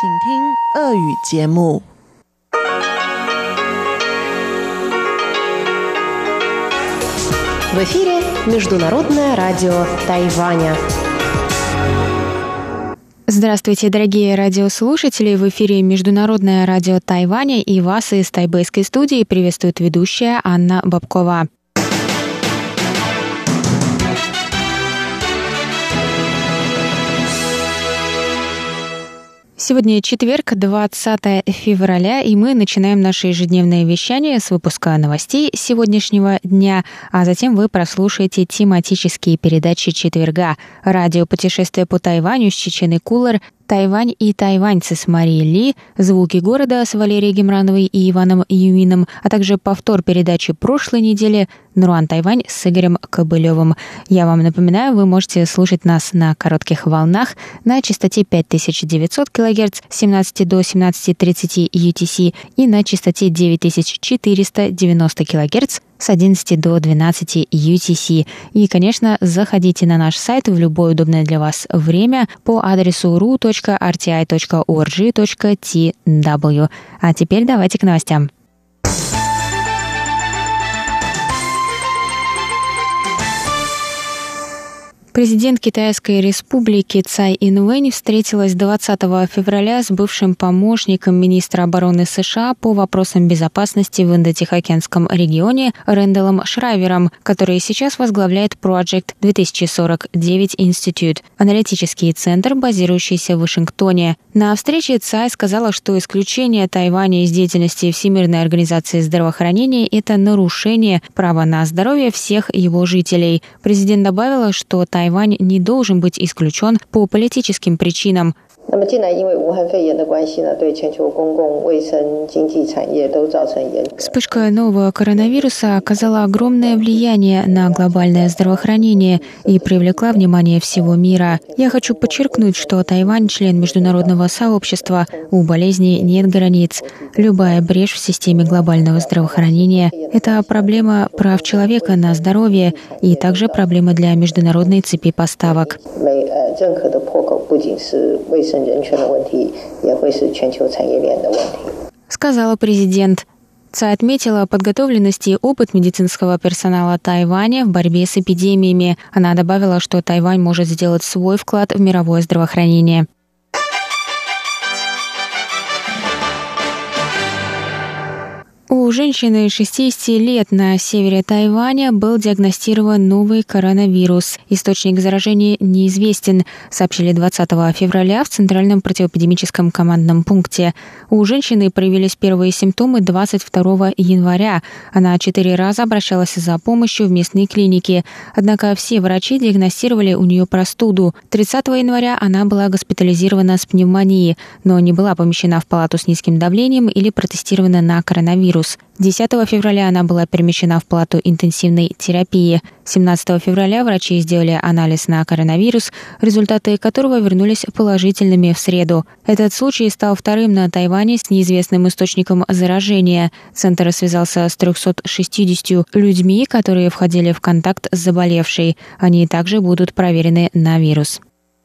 请听俄语节目。 В эфире Международное радио Тайваня. Здравствуйте, дорогие радиослушатели! В эфире Международное радио Тайваня, и вас из тайбэйской студии приветствует ведущая Анна Бабкова. Сегодня четверг, 20 февраля, и мы начинаем наше ежедневное вещание с выпуска новостей сегодняшнего дня, а затем вы прослушаете тематические передачи четверга: радиопутешествие по Тайваню с Чеченой Кулар, «Тайвань и тайваньцы» с Марией Ли, «Звуки города» с Валерией Гемрановой и Иваном Юмином, а также повтор передачи прошлой недели «Наруан Тайвань» с Игорем Кобылевым. Я вам напоминаю, вы можете слушать нас на коротких волнах на частоте 5900 кГц с 17 до 17:30 UTC и на частоте 9490 кГц с 11 до 12 UTC. И, конечно, заходите на наш сайт в любое удобное для вас время по адресу ru.rti.org.tw. А теперь давайте к новостям. Президент Китайской республики Цай Инвэнь встретилась 20 февраля с бывшим помощником министра обороны США по вопросам безопасности в Индо-Тихоокеанском регионе Рэндаллом Шрайвером, который сейчас возглавляет Project 2049 Institute, аналитический центр, базирующийся в Вашингтоне. На встрече Цай сказала, что исключение Тайваня из деятельности Всемирной организации здравоохранения – это нарушение права на здоровье всех его жителей. Президент добавила, что Тайвань не должен быть исключен по политическим причинам. Вспышка нового коронавируса оказала огромное влияние на глобальное здравоохранение и привлекла внимание всего мира. Я хочу подчеркнуть, что Тайвань – член международного сообщества, у болезни нет границ. Любая брешь в системе глобального здравоохранения – это проблема прав человека на здоровье и также проблема для международной цепи поставок. Сказала президент. Цай отметила подготовленность и опыт медицинского персонала Тайваня в борьбе с эпидемиями. Она добавила, что Тайвань может сделать свой вклад в мировое здравоохранение. У женщины 60 лет на севере Тайваня был диагностирован новый коронавирус. Источник заражения неизвестен, сообщили 20 февраля в Центральном противоэпидемическом командном пункте. У женщины проявились первые симптомы 22 января. Она 4 раза обращалась за помощью в местные клиники. Однако все врачи диагностировали у нее простуду. 30 января она была госпитализирована с пневмонией, но не была помещена в палату с низким давлением или протестирована на коронавирус. 10 февраля она была перемещена в палату интенсивной терапии. 17 февраля врачи сделали анализ на коронавирус, результаты которого вернулись положительными в среду. Этот случай стал вторым на Тайване с неизвестным источником заражения. Центр связался с 360 людьми, которые входили в контакт с заболевшей. Они также будут проверены на вирус.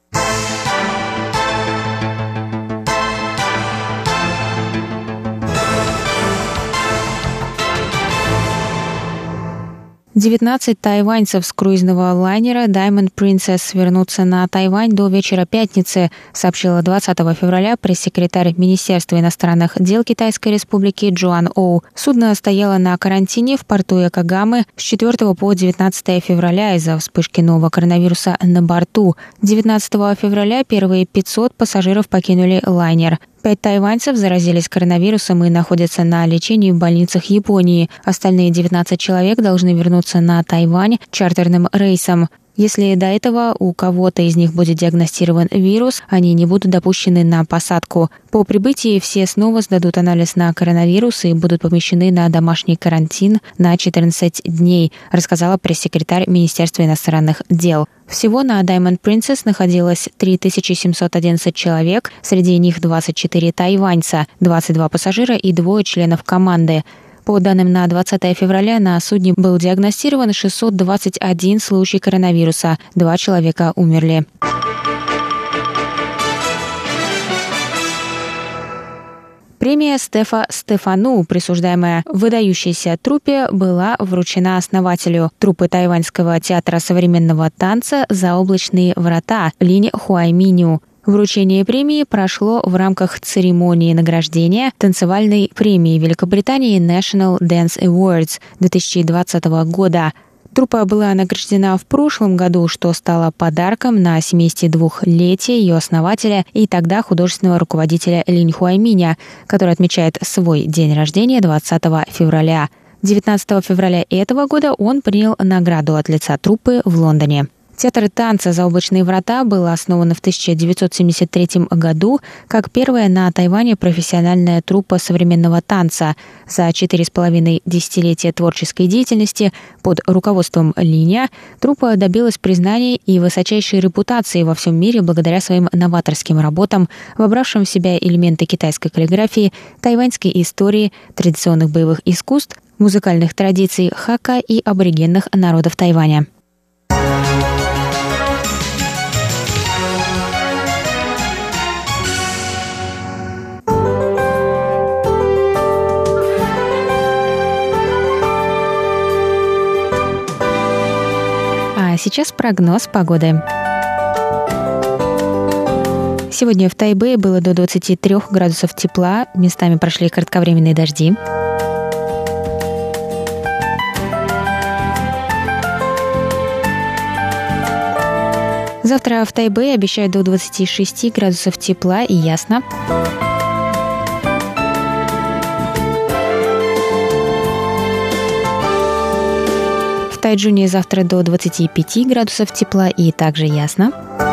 19 тайваньцев с круизного лайнера Diamond Princess вернутся на Тайвань до вечера пятницы, сообщила 20 февраля пресс-секретарь Министерства иностранных дел Китайской республики Джоан Оу. Судно стояло на карантине в порту Якогамы с 4 по 19 февраля из-за вспышки нового коронавируса на борту. 19 февраля первые 500 пассажиров покинули лайнер. 5 тайваньцев заразились коронавирусом и находятся на лечении в больницах Японии. Остальные 19 человек должны вернуться на Тайвань чартерным рейсом. Если до этого у кого-то из них будет диагностирован вирус, они не будут допущены на посадку. По прибытии все снова сдадут анализ на коронавирус и будут помещены на домашний карантин на 14 дней, рассказала пресс-секретарь Министерства иностранных дел. Всего на Diamond Princess находилось 3711 человек, среди них 24 тайваньца, 22 пассажира и 2 членов команды. По данным на 20 февраля на судне был диагностирован 621 случай коронавируса, 2 человека умерли. Премия Стефа Стефану, присуждаемая выдающейся труппе, была вручена основателю труппы тайваньского театра современного танца «Заоблачные врата» Линь Хуайминю. Вручение премии прошло в рамках церемонии награждения танцевальной премии Великобритании National Dance Awards 2020 года. Труппа была награждена в прошлом году, что стало подарком на 72-летие ее основателя и тогда художественного руководителя Линь Хуайминя, который отмечает свой день рождения 20 февраля. 19 февраля этого года он принял награду от лица труппы в Лондоне. Театр танца «Заоблачные врата» был основан в 1973 году как первая на Тайване профессиональная труппа современного танца. За 4,5 десятилетия творческой деятельности под руководством Линя труппа добилась признания и высочайшей репутации во всем мире благодаря своим новаторским работам, вобравшим в себя элементы китайской каллиграфии, тайваньской истории, традиционных боевых искусств, музыкальных традиций хака и аборигенных народов Тайваня. Сейчас прогноз погоды. Сегодня в Тайбэе было до 23 градусов тепла, местами прошли кратковременные дожди. Завтра в Тайбэе обещают до 26 градусов тепла и ясно. В Тайчжуне завтра до 25 градусов тепла и также ясно.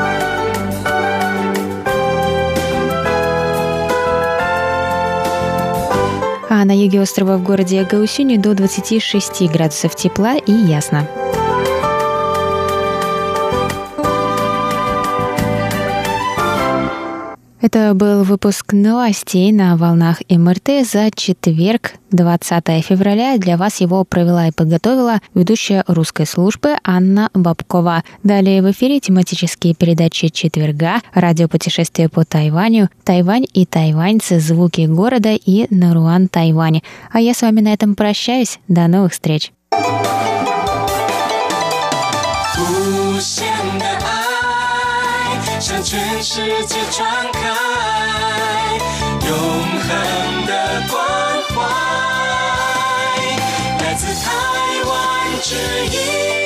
А на юге острова в городе Гаосюне до 26 градусов тепла и ясно. Это был выпуск новостей на волнах МРТ за четверг, 20 февраля. Для вас его провела и подготовила ведущая русской службы Анна Бабкова. Далее в эфире тематические передачи четверга, радиопутешествие по Тайваню, Тайвань и тайваньцы, звуки города и Наруан, Тайвань. А я с вами на этом прощаюсь. До новых встреч. 来自台湾之音